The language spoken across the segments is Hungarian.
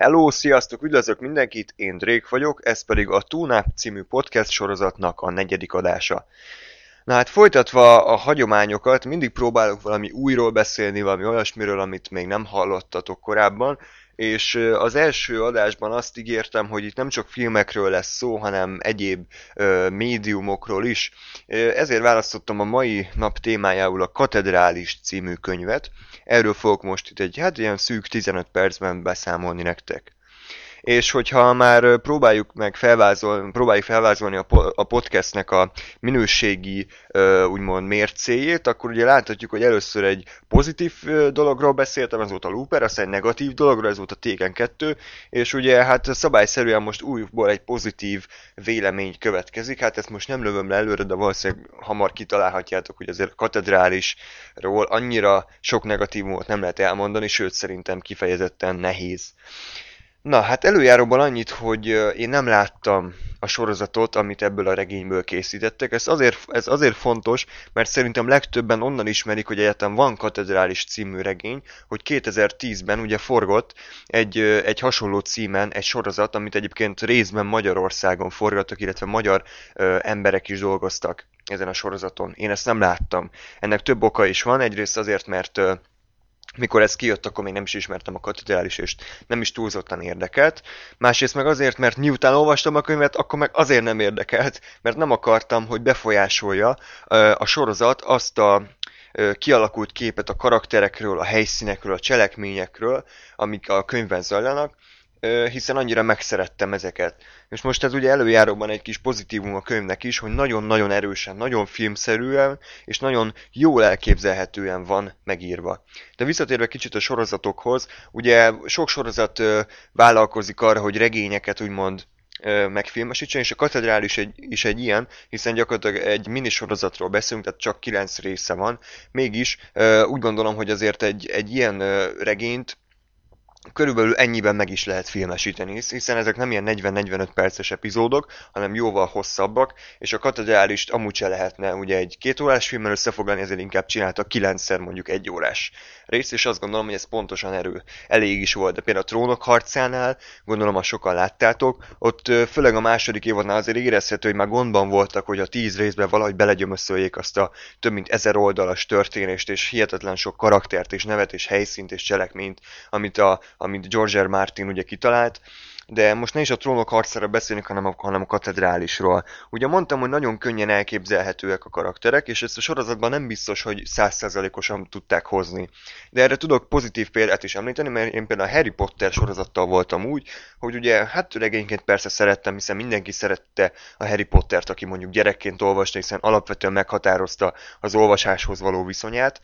Hello, sziasztok, üdvözlök mindenkit, én Drake vagyok, ez pedig a Túnáp című podcast sorozatnak a negyedik adása. Na hát folytatva a hagyományokat, mindig próbálok valami újról beszélni, valami olyasmiről, amit még nem hallottatok korábban, és az első adásban azt ígértem, hogy itt nem csak filmekről lesz szó, hanem egyéb médiumokról is. Ezért választottam a mai nap témájául a Katedrális című könyvet. Erről fogok most itt egy ilyen szűk 15 percben beszámolni nektek. És hogyha már próbáljuk felvázolni a podcastnek a minőségi úgymond mércéjét, akkor ugye láthatjuk, hogy először egy pozitív dologról beszéltem, ez volt a Looper, aztán egy negatív dologról, ez volt a Taken 2, és ugye hát szabályszerűen most újból egy pozitív vélemény következik, hát ezt most nem lövöm le előre, de valószínűleg hamar kitalálhatjátok, hogy azért a Katedrálisról annyira sok negatívumot nem lehet elmondani, sőt szerintem kifejezetten nehéz. Na, hát előjáróban annyit, hogy én nem láttam a sorozatot, amit ebből a regényből készítettek. Ez azért fontos, mert szerintem legtöbben onnan ismerik, hogy egyáltalán van Katedrális című regény, hogy 2010-ben ugye forgott egy hasonló címen egy sorozat, amit egyébként részben Magyarországon forgattak, illetve magyar emberek is dolgoztak ezen a sorozaton. Én ezt nem láttam. Ennek több oka is van, egyrészt azért, mert mikor ez kijött, akkor még nem is ismertem a Katedrális, és nem is túlzottan érdekelt. Másrészt meg azért, mert miután olvastam a könyvet, akkor meg azért nem érdekelt, mert nem akartam, hogy befolyásolja a sorozat azt a kialakult képet a karakterekről, a helyszínekről, a cselekményekről, amik a könyvben zajlanak, hiszen annyira megszerettem ezeket. És most ez ugye előjáróban egy kis pozitívum a könyvnek is, hogy nagyon-nagyon erősen, nagyon filmszerűen és nagyon jól elképzelhetően van megírva. De visszatérve kicsit a sorozatokhoz, ugye sok sorozat vállalkozik arra, hogy regényeket úgymond megfilmesítsen, és a Katedrális is egy ilyen, hiszen gyakorlatilag egy minisorozatról beszélünk, tehát csak 9 része van. Mégis úgy gondolom, hogy azért egy ilyen regényt körülbelül ennyiben meg is lehet filmesíteni, hiszen ezek nem ilyen 40-45 perces epizódok, hanem jóval hosszabbak, és a Katedrálist amúgy se lehetne ugye egy 2 órás filmmel összefoglalni, ezért inkább csináltak 9-szer mondjuk 1 órás részt, és azt gondolom, hogy ez pontosan elég is volt. De például a Trónok harcánál, gondolom, ha sokan láttátok, ott főleg a második évadnál azért érezhető, hogy már gondban voltak, hogy a 10 részben valahogy belegyömöszöljék azt a több mint 1000 oldalas történést, és hihetetlen sok karaktert, és nevet, és helyszínt, és cselekményt, amit George R. Martin ugye kitalált, de most ne is a Trónok harcára beszélünk, hanem a Katedrálisról. Ugye mondtam, hogy nagyon könnyen elképzelhetőek a karakterek, és ezt a sorozatban nem biztos, hogy 100%-osan tudták hozni. De erre tudok pozitív példát is említeni, mert én például a Harry Potter sorozattal voltam úgy, hogy ugye hát regényként persze szerettem, hiszen mindenki szerette a Harry Pottert, aki mondjuk gyerekként olvasta, hiszen alapvetően meghatározta az olvasáshoz való viszonyát.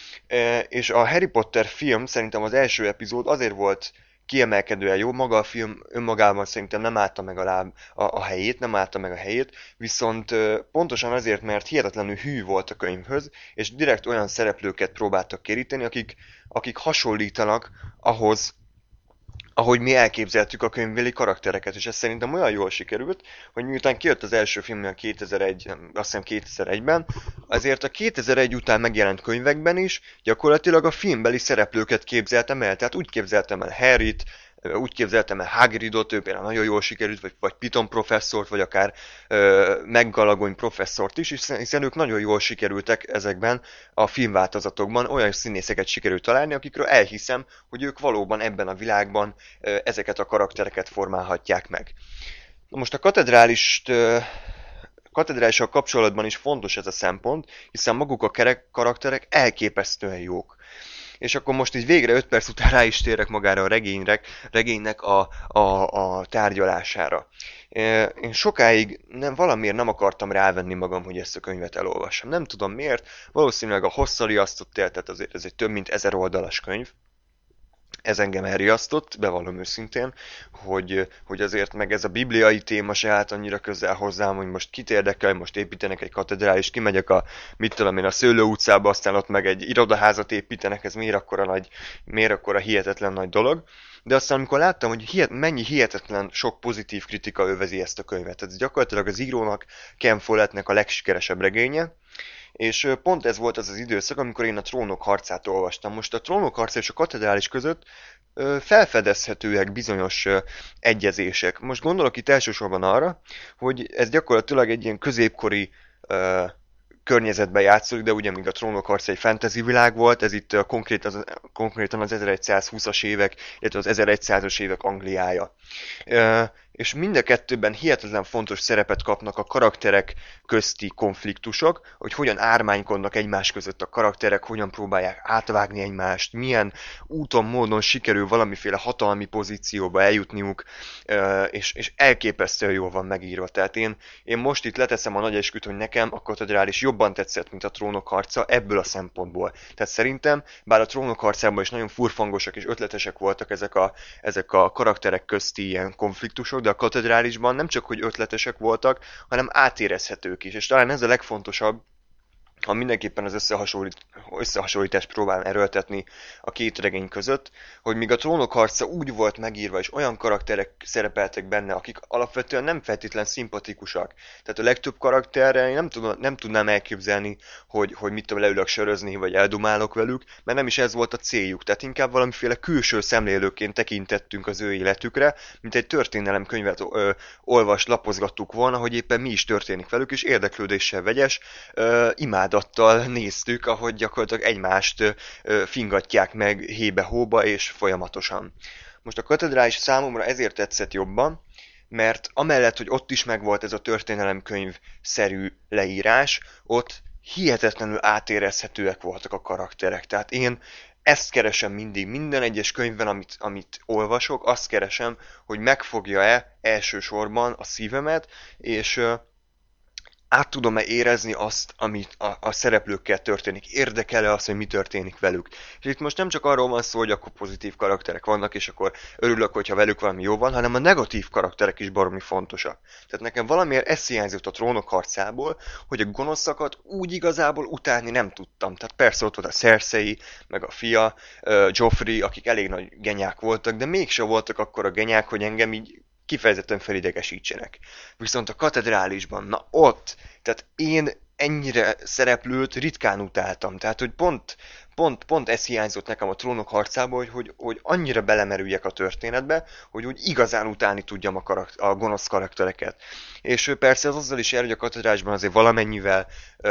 És a Harry Potter film szerintem az első epizód azért volt kiemelkedően jó, maga a film önmagában szerintem nem állta meg a helyét, nem állta meg a helyét, viszont pontosan azért, mert hihetetlenül hű volt a könyvhöz, és direkt olyan szereplőket próbáltak keríteni, akik hasonlítanak ahhoz, ahogy mi elképzeltük a könyvbeli karaktereket, és ez szerintem olyan jól sikerült, hogy miután kijött az első film a 2001, azt hiszem 2001-ben, azért a 2001 után megjelent könyvekben is gyakorlatilag a filmbeli szereplőket képzeltem el, tehát úgy képzeltem el Harryt, úgy képzeltem el Hagridot, ő például nagyon jól sikerült, vagy Piton professzort, vagy akár McGonagall professzort is, hiszen ők nagyon jól sikerültek ezekben a filmváltozatokban, olyan színészeket sikerült találni, akikről elhiszem, hogy ők valóban ebben a világban ezeket a karaktereket formálhatják meg. Na most a katedrálissal kapcsolatban is fontos ez a szempont, hiszen maguk a karakterek elképesztően jók. És akkor most így végre 5 perc után rá is térek magára a regénynek a tárgyalására. Én sokáig valamiért nem akartam rávenni magam, hogy ezt a könyvet elolvassam. Nem tudom miért, valószínűleg a hossza riasztott el, tehát azért ez egy több mint 1000 oldalas könyv. Ez engem elriasztott, bevallom őszintén, hogy azért meg ez a bibliai téma se állt annyira közel hozzám, hogy most kit érdekel, most építenek egy katedrális, kimegyek mit tudom én, a Szőlő utcába, aztán ott meg egy irodaházat építenek, ez miért akkora hihetetlen nagy dolog. De aztán amikor láttam, hogy mennyi hihetetlen sok pozitív kritika övezi ezt a könyvet, ez gyakorlatilag az írónak, Ken Follettnek a legsikeresebb regénye, és pont ez volt az az időszak, amikor én a Trónok harcát olvastam. Most a Trónok harca és a Katedrális között felfedezhetőek bizonyos egyezések. Most gondolok itt elsősorban arra, hogy ez gyakorlatilag egy ilyen középkori környezetben játszódik, de ugye még a Trónok harca egy fantasy világ volt, ez itt konkrétan az 1120-as évek, illetve az 1100-as évek Angliája. És mind a kettőben hihetetlen fontos szerepet kapnak a karakterek közti konfliktusok, hogy hogyan ármánykodnak egymás között a karakterek, hogyan próbálják átvágni egymást, milyen úton, módon sikerül valamiféle hatalmi pozícióba eljutniuk, és elképesztően jól van megírva. Tehát én most itt leteszem a nagy esküt, hogy nekem a katedrális jobban tetszett, mint a Trónok harca ebből a szempontból. Tehát szerintem, bár a Trónok harcában is nagyon furfangosak és ötletesek voltak ezek a karakterek közti ilyen konfliktusok, de a katedrálisban nem csak, hogy ötletesek voltak, hanem átérezhetők is. És talán ez a legfontosabb, ha mindenképpen az összehasonlítást próbálom erőltetni a két regény között, hogy míg a Trónok harca úgy volt megírva, és olyan karakterek szerepeltek benne, akik alapvetően nem feltétlen szimpatikusak. Tehát a legtöbb karakterre én nem tudnám elképzelni, hogy mit tudom, leülök sörözni, vagy eldumálok velük, mert nem is ez volt a céljuk. Tehát inkább valamiféle külső szemlélőként tekintettünk az ő életükre, mint egy történelemkönyvet lapozgattuk volna, hogy éppen mi is történik velük, és érdeklődéssel vegyes, imádattal néztük, ahogy gyakorlatilag egymást fingatják meg hébe-hóba és folyamatosan. Most a katedrális számomra ezért tetszett jobban, mert amellett, hogy ott is megvolt ez a történelemkönyv-szerű leírás, ott hihetetlenül átérezhetőek voltak a karakterek. Tehát én ezt keresem mindig, minden egyes könyvben, amit olvasok, azt keresem, hogy megfogja-e elsősorban a szívemet, és át tudom-e érezni azt, amit a szereplőkkel történik. Érdekel-e az, hogy mi történik velük. És itt most nem csak arról van szó, hogy akkor pozitív karakterek vannak, és akkor örülök, hogyha velük valami jó van, hanem a negatív karakterek is baromi fontosak. Tehát nekem valamiért ez hiányzott a Trónok harcából, hogy a gonoszakat úgy igazából utálni nem tudtam. Tehát persze ott volt a Cersei, meg a fia, Joffrey, akik elég nagy genyák voltak, de mégse voltak akkor a genyák, hogy engem így kifejezetten felidegesítsenek. Viszont a katedrálisban, na ott, tehát én ennyire szereplőt ritkán utáltam. Tehát, hogy pont ez hiányzott nekem a Trónok harcából, hogy annyira belemerüljek a történetbe, hogy úgy igazán utálni tudjam a gonosz karaktereket. És persze az azzal is jár, hogy a katedrálisban azért valamennyivel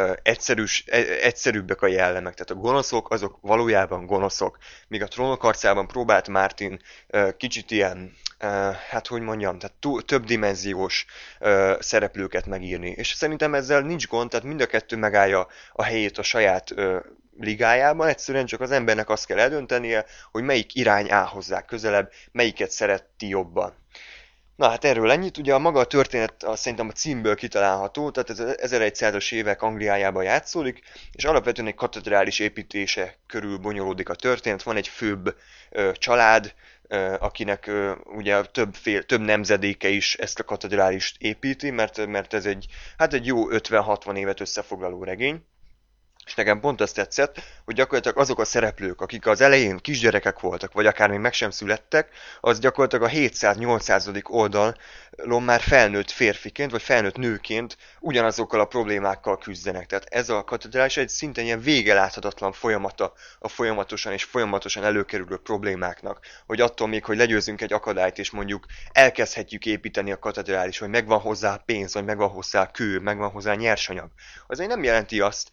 egyszerűbbek a jellemek. Tehát a gonoszok, azok valójában gonoszok. Míg a Trónok harcában próbált Martin kicsit ilyen hát hogy mondjam, tehát többdimenziós szereplőket megírni. És szerintem ezzel nincs gond, tehát mind a kettő megállja a helyét a saját ligájában, egyszerűen csak az embernek azt kell eldöntenie, hogy melyik irány áll hozzá közelebb, melyiket szereti jobban. Na hát erről ennyit, ugye a maga a történet szerintem a címből kitalálható, tehát ez az 1100-as évek Angliájában játszódik, és alapvetően egy katedrális építése körül bonyolódik a történet, van egy főbb család, akinek ugye több nemzedéke is ezt a katedrálist építi, mert ez egy jó 50-60 évet összefoglaló regény. És nekem pont azt tetszett, hogy gyakorlatilag azok a szereplők, akik az elején kisgyerekek voltak, vagy akár még meg sem születtek, az gyakorlatilag a 700-800. Oldalon már felnőtt férfiként, vagy felnőtt nőként ugyanazokkal a problémákkal küzdenek. Tehát ez a katedrális egy szinten ilyen vége láthatatlan folyamata a folyamatosan előkerülő problémáknak. Hogy attól még, hogy legyőzünk egy akadályt, és mondjuk elkezdhetjük építeni a katedrális, hogy megvan hozzá pénz, vagy megvan hozzá kő, megvan hozzá nyersanyag. Az nem jelenti azt,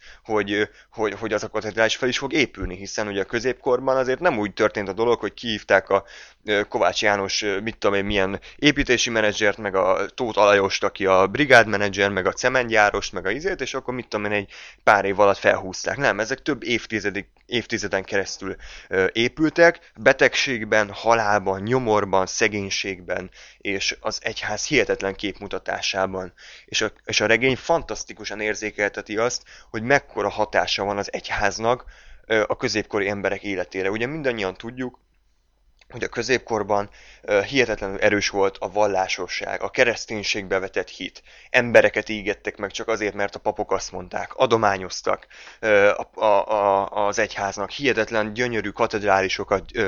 hogy az a katedrális fel is fog épülni, hiszen ugye a középkorban azért nem úgy történt a dolog, hogy kihívták a Kovács János, mit tudom én, milyen építési menedzsert, meg a Tóth Alajost, aki a brigádmenedzser, meg a cementgyárost, meg a izét, és akkor mit tudom én, egy pár év alatt felhúzták. Nem, ezek több évtizeden keresztül épültek, betegségben, halálban, nyomorban, szegénységben, és az egyház hihetetlen képmutatásában. És a regény fantasztikusan érzékelteti azt, hogy mekkora hatása van az egyháznak a középkori emberek életére. Ugye mindannyian tudjuk, hogy a középkorban hihetetlenül erős volt a vallásosság, a kereszténységbe vetett hit. Embereket égettek meg csak azért, mert a papok azt mondták, adományoztak az egyháznak, hihetetlen gyönyörű katedrálisokat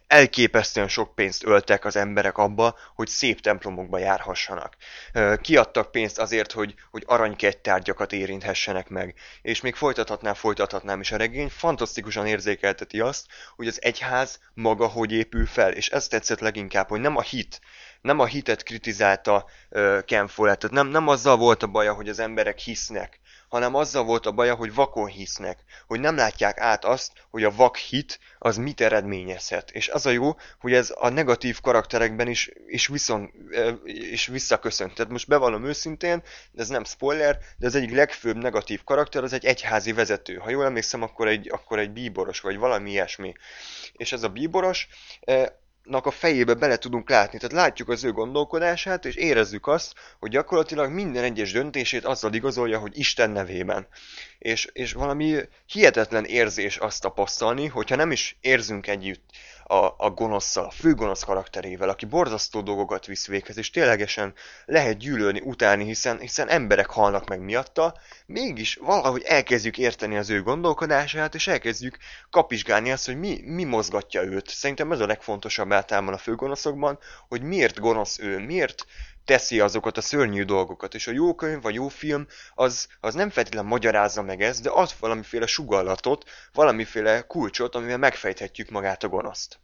elképesztően sok pénzt öltek az emberek abba, hogy szép templomokba járhassanak. Kiadtak pénzt azért, hogy aranykegytárgyakat érinthessenek meg. És még folytathatnám is a regény, fantasztikusan érzékelteti azt, hogy az egyház maga hogy épül fel, és ez tetszett leginkább, hogy nem a hitet kritizálta Ken Follett, tehát nem azzal volt a baja, hogy az emberek hisznek, hanem azzal volt a baja, hogy vakon hisznek, hogy nem látják át azt, hogy a vak hit az mit eredményezhet. És az a jó, hogy ez a negatív karakterekben is visszaköszönt. Tehát most bevallom őszintén, de ez nem spoiler, de az egyik legfőbb negatív karakter az egy egyházi vezető. Ha jól emlékszem, akkor egy bíboros, vagy valami ilyesmi. És ez a bíboros a fejébe bele tudunk látni. Tehát látjuk az ő gondolkodását, és érezzük azt, hogy gyakorlatilag minden egyes döntését azzal igazolja, hogy Isten nevében. És valami hihetetlen érzés azt tapasztalni, hogyha nem is érzünk együtt a gonoszszal, a főgonosz karakterével, aki borzasztó dolgokat visz véghez, és ténylegesen lehet gyűlölni, utálni, hiszen emberek halnak meg miatta, mégis valahogy elkezdjük érteni az ő gondolkodását, és elkezdjük kapizsgálni azt, hogy mi mozgatja őt. Szerintem ez a legfontosabb általában a főgonoszokban, hogy miért gonosz ő, miért teszi azokat a szörnyű dolgokat, és a jó könyv, vagy jó film, az nem feltétlenül magyarázza meg ezt, de ad valamiféle sugallatot, valamiféle kulcsot, amivel megfejthetjük magát a gonoszt.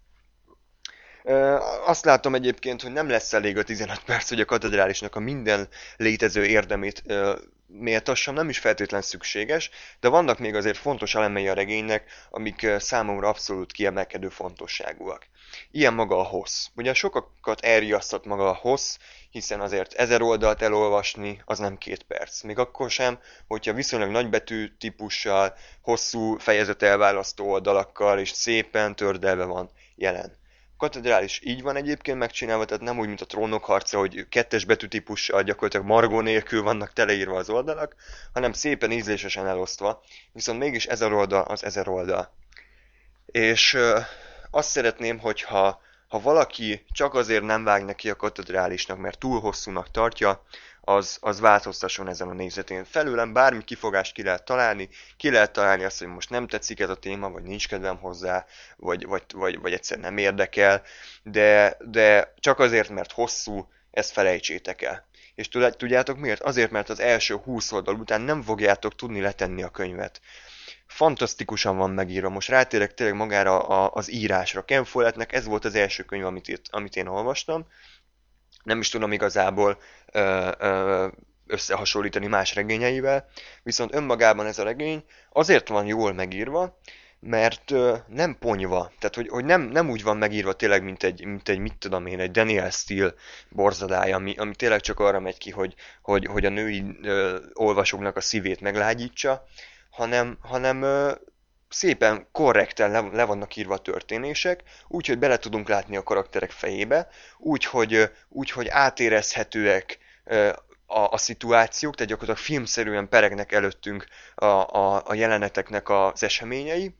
Azt látom egyébként, hogy nem lesz elég a 15 perc, hogy a katedrálisnak a minden létező érdemét méltassam, nem is feltétlenül szükséges, de vannak még azért fontos elemei a regénynek, amik számomra abszolút kiemelkedő fontosságúak. Ilyen maga a hossz. Ugye sokakat elriasztott maga a hossz, hiszen azért 1000 oldalt elolvasni, az nem 2 perc. Még akkor sem, hogyha viszonylag nagybetű típussal, hosszú fejezet elválasztó oldalakkal és szépen tördelve van jelen. A katedrális így van egyébként megcsinálva, tehát nem úgy, mint a Trónok harca, hogy 2-es betűtípussal gyakorlatilag margó nélkül vannak teleírva az oldalak, hanem szépen ízlésesen elosztva, viszont mégis 1000 oldal az 1000 oldal. És azt szeretném, hogyha valaki csak azért nem vág neki a katedrálisnak, mert túl hosszúnak tartja, az változtasson ezen a nézetén. Felőlem bármi kifogást ki lehet találni azt, hogy most nem tetszik ez a téma, vagy nincs kedvem hozzá, vagy egyszer nem érdekel, de csak azért, mert hosszú, ezt felejtsétek el. És tudjátok miért? Azért, mert az első 20 oldal után nem fogjátok tudni letenni a könyvet. Fantasztikusan van megírva. Most rátérek tényleg magára az írásra. Ken Follettnek ez volt az első könyv, amit én olvastam. Nem is tudom igazából összehasonlítani más regényeivel, viszont önmagában ez a regény azért van jól megírva, mert nem ponyva. Tehát, hogy nem úgy van megírva tényleg, mint egy mit tudom én, egy Daniel Steele borzadály, ami tényleg csak arra megy ki, hogy a női olvasóknak a szívét meglágyítsa, hanem szépen korrekten le vannak írva a történések, úgyhogy bele tudunk látni a karakterek fejébe, úgyhogy átérezhetőek a szituációk, tehát gyakorlatilag filmszerűen peregnek előttünk a jeleneteknek az eseményei,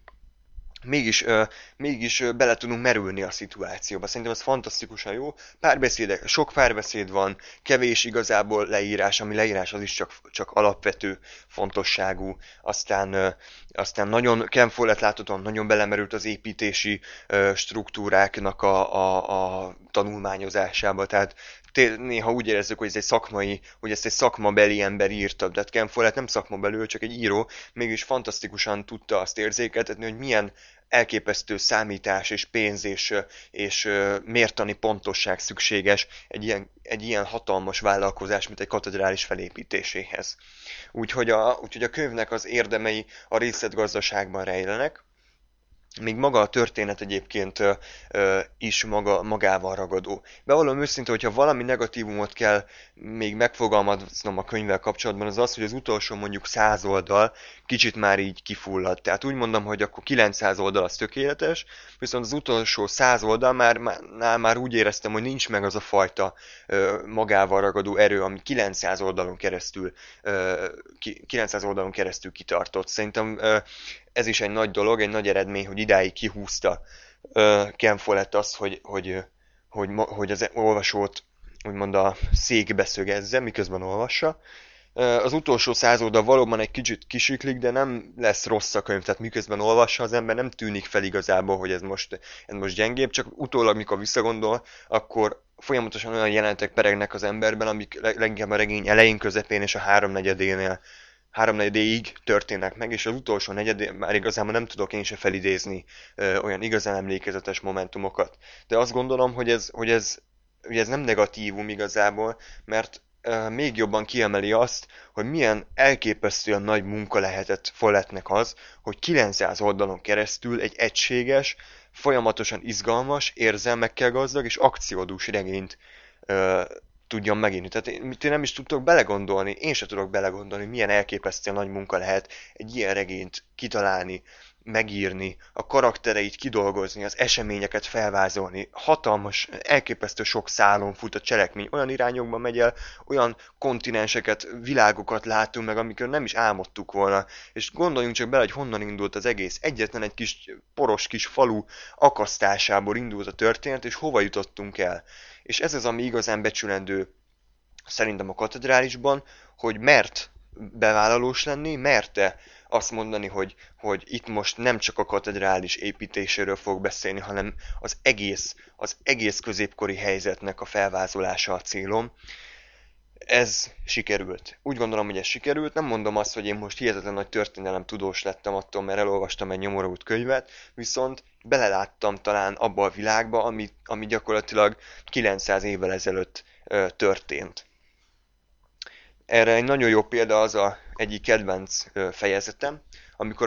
mégis bele tudunk merülni a szituációba. Szerintem ez fantasztikusan jó. Sok párbeszéd van, kevés igazából leírás, ami leírás az is csak alapvető fontosságú. Aztán nagyon Ken Follett láthatóan nagyon belemerült az építési struktúráknak a tanulmányozásába. Tehát néha úgy érezzük, hogy ezt egy szakmabeli ember írta. Tehát Ken Follett nem szakmabeli, csak egy író, mégis fantasztikusan tudta azt érzékeltetni, hogy milyen elképesztő számítás és pénz és mértani pontosság szükséges egy ilyen hatalmas vállalkozás, mint egy katedrális felépítéséhez. Úgyhogy a könyvnek az érdemei a részletgazdaságban rejlenek, még maga a történet egyébként is magával ragadó. Bevallom őszintén, hogyha valami negatívumot kell még megfogalmaznom a könyvvel kapcsolatban, az az, hogy az utolsó mondjuk 100 oldal kicsit már így kifulladt. Tehát úgy mondom, hogy akkor 900 oldal az tökéletes, viszont az utolsó 100 oldal már úgy éreztem, hogy nincs meg az a fajta magával ragadó erő, ami 900 oldalon keresztül kitartott. Szerintem ez is egy nagy dolog, egy nagy eredmény, hogy idáig kihúzta Ken Follett azt, hogy az olvasót úgymond a székbe szögezze, miközben olvassa, Az utolsó 100 oldal valóban egy kicsit kisiklik, de nem lesz rossz a könyv, tehát miközben olvassa az ember, nem tűnik fel igazából, hogy ez most gyengébb, csak utólag, mikor visszagondol, akkor folyamatosan olyan jelenetek peregnek az emberben, amik leginkább a regény elején, közepén és a háromnegyedéig történnek meg, és az utolsó negyedén már igazából nem tudok én se felidézni olyan igazán emlékezetes momentumokat. De azt gondolom, hogy ez nem negatívum igazából, mert még jobban kiemeli azt, hogy milyen elképesztően nagy munka lehetett Follettnek az, hogy 900 oldalon keresztül egy egységes, folyamatosan izgalmas, érzelmekkel gazdag és akciódús regényt tudjon megírni. Tehát ti nem is tudtok belegondolni, én sem tudok belegondolni, milyen elképesztően nagy munka lehet egy ilyen regényt kitalálni, megírni, a karaktereit kidolgozni, az eseményeket felvázolni. Hatalmas, elképesztő sok szálon fut a cselekmény, olyan irányokba megy el, olyan kontinenseket, világokat látunk meg, amikor nem is álmodtuk volna. És gondoljunk csak bele, hogy honnan indult az egész. Egyetlen egy kis poros kis falu akasztásából indult a történet, és hova jutottunk el. És ez az, ami igazán becsülendő szerintem a katedrálisban, hogy mert bevállalós lenni, merte azt mondani, hogy itt most nem csak a katedrális építéséről fog beszélni, hanem az egész középkori helyzetnek a felvázolása a célom. Ez sikerült. Úgy gondolom, hogy ez sikerült. Nem mondom azt, hogy én most hihetetlen nagy történelem tudós lettem attól, mert elolvastam egy nyomorult könyvet, viszont beleláttam talán abba a világba, ami gyakorlatilag 900 évvel ezelőtt történt. Erre egy nagyon jó példa az egyik kedvenc fejezetem, amikor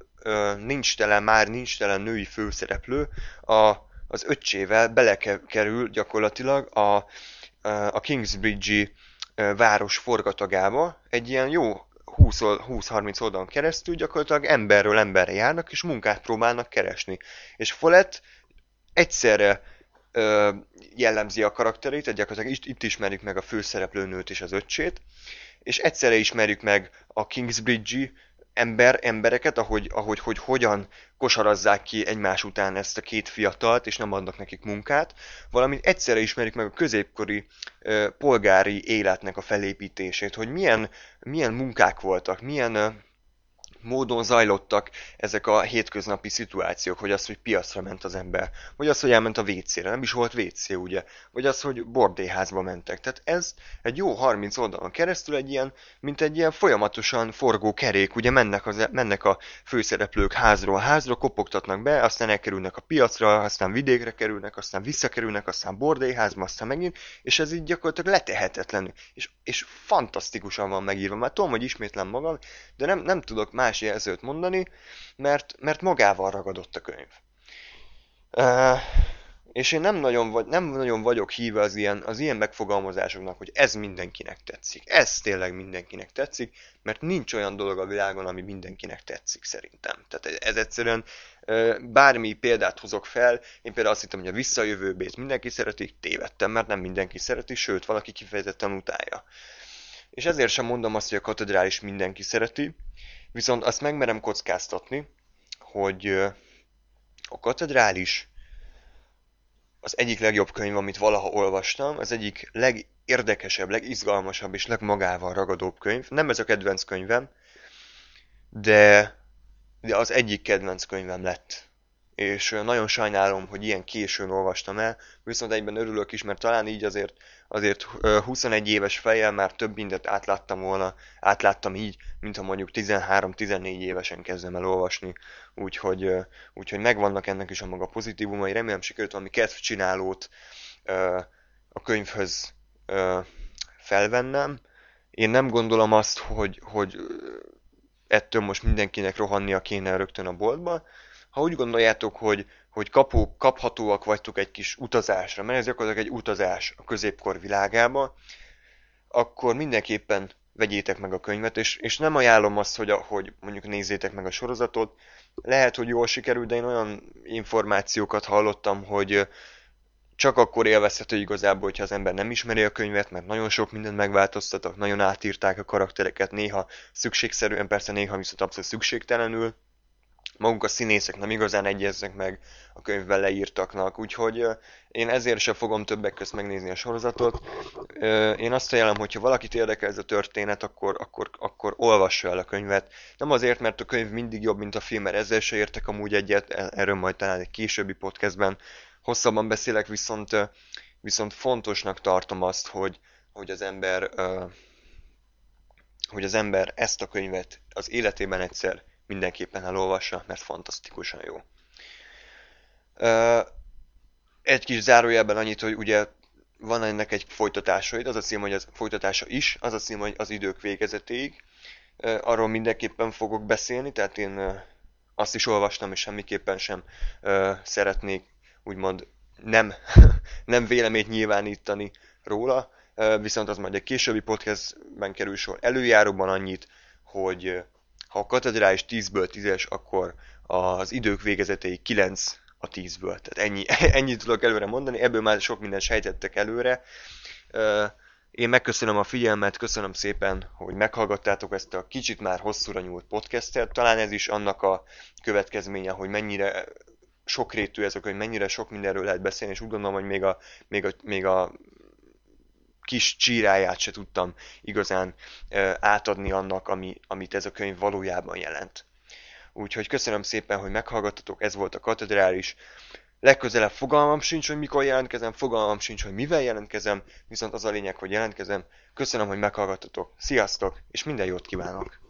már nincs telen női főszereplő az öccsével belekerül gyakorlatilag a Kingsbridge-i város forgatagába, egy ilyen jó 20-30 oldalon keresztül gyakorlatilag emberről emberre járnak, és munkát próbálnak keresni. És Follett egyszerre jellemzi a karakterét, tehát gyakorlatilag itt ismerjük meg a főszereplőnőt és az öccsét, és egyszerre ismerjük meg a Kingsbridge-i embereket, hogy hogyan kosarazzák ki egymás után ezt a két fiatalt, és nem adnak nekik munkát, valamint egyszerre ismerjük meg a középkori polgári életnek a felépítését, hogy milyen munkák voltak, milyen módon zajlottak ezek a hétköznapi szituációk, hogy az, hogy piacra ment az ember, vagy az, hogy elment a WC-re, nem is volt WC, ugye, vagy az, hogy bordélyházba mentek. Tehát ez egy jó 30 oldalon keresztül mint egy ilyen folyamatosan forgó kerék, ugye mennek a főszereplők házról házra, kopogtatnak be, aztán elkerülnek a piacra, aztán vidékre kerülnek, aztán visszakerülnek, aztán bordélyházba, aztán megint, és ez így gyakorlatilag letehetetlenül, és fantasztikusan van megírva. Már tudom, hogy ismétlem magam, de nem tudok más jelzőt mondani, mert magával ragadott a könyv. És én nem nagyon vagyok híve az ilyen megfogalmazásoknak, hogy ez mindenkinek tetszik. Ez tényleg mindenkinek tetszik, mert nincs olyan dolog a világon, ami mindenkinek tetszik szerintem. Tehát ez egyszerűen bármi példát hozok fel, én például azt hittem, hogy a Visszajövőbét mindenki szereti, tévedtem, mert nem mindenki szereti, sőt, valaki kifejezetten utálja. És ezért sem mondom azt, hogy a katedrális mindenki szereti, viszont azt megmerem kockáztatni, hogy a katedrális az egyik legjobb könyv, amit valaha olvastam, az egyik legérdekesebb, legizgalmasabb és legmagával ragadóbb könyv. Nem ez a kedvenc könyvem, de az egyik kedvenc könyvem lett. És nagyon sajnálom, hogy ilyen későn olvastam el, viszont egyben örülök is, mert talán így azért 21 éves fejjel már több mindent átláttam így, mint ha mondjuk 13-14 évesen kezdem el olvasni, úgyhogy megvannak ennek is a maga pozitívumai, remélem sikerült valami kedvcsinálót a könyvhöz felvennem. Én nem gondolom azt, hogy ettől most mindenkinek rohannia kéne rögtön a boltba. Ha úgy gondoljátok, hogy kaphatóak vagytok egy kis utazásra, mert ez gyakorlatilag egy utazás a középkor világába, akkor mindenképpen vegyétek meg a könyvet, és nem ajánlom azt, hogy mondjuk nézzétek meg a sorozatot. Lehet, hogy jól sikerült, de én olyan információkat hallottam, hogy csak akkor élvezhető igazából, hogyha az ember nem ismeri a könyvet, mert nagyon sok mindent megváltoztattak, nagyon átírták a karaktereket, néha szükségszerűen, persze néha viszont abszolút szükségtelenül. maguk a színészek nem igazán egyeznek meg a könyvben leírtaknak, úgyhogy én ezért sem fogom többek közt megnézni a sorozatot. Én azt ajánlom, hogyha valakit érdekel ez a történet, akkor olvassa el a könyvet. Nem azért, mert a könyv mindig jobb, mint a film, mert ezzel se értek amúgy egyet, erről majd talán egy későbbi podcastben hosszabban beszélek, viszont fontosnak tartom azt, hogy az ember hogy az ember ezt a könyvet az életében egyszer mindenképpen elolvassa, mert fantasztikusan jó. Egy kis zárójelben annyit, hogy ugye van ennek egy folytatása, az a cím, hogy az folytatása is, az a cím, hogy az idők végezetéig. Arról mindenképpen fogok beszélni, tehát én azt is olvastam, és semmiképpen sem szeretnék úgymond nem, nem véleményt nyilvánítani róla, viszont az majd egy későbbi podcastben kerül sor. Előjáróban annyit, hogy ha a katedrális 10-ből 10-es, akkor az idők végezetéig 9 a 10-ből. Tehát ennyit tudok előre mondani, ebből már sok mindent sejtettek előre. Én megköszönöm a figyelmet, köszönöm szépen, hogy meghallgattátok ezt a kicsit már hosszúra nyúlt podcastet. Talán ez is annak a következménye, hogy mennyire sokrétű ez a könyv, mennyire sok mindenről lehet beszélni, és úgy gondolom, hogy még a kis csíráját se tudtam igazán átadni annak, amit ez a könyv valójában jelent. Úgyhogy köszönöm szépen, hogy meghallgattatok, ez volt a katedrális. Legközelebb fogalmam sincs, hogy mikor jelentkezem, fogalmam sincs, hogy mivel jelentkezem, viszont az a lényeg, hogy jelentkezem. Köszönöm, hogy meghallgattatok, sziasztok, és minden jót kívánok!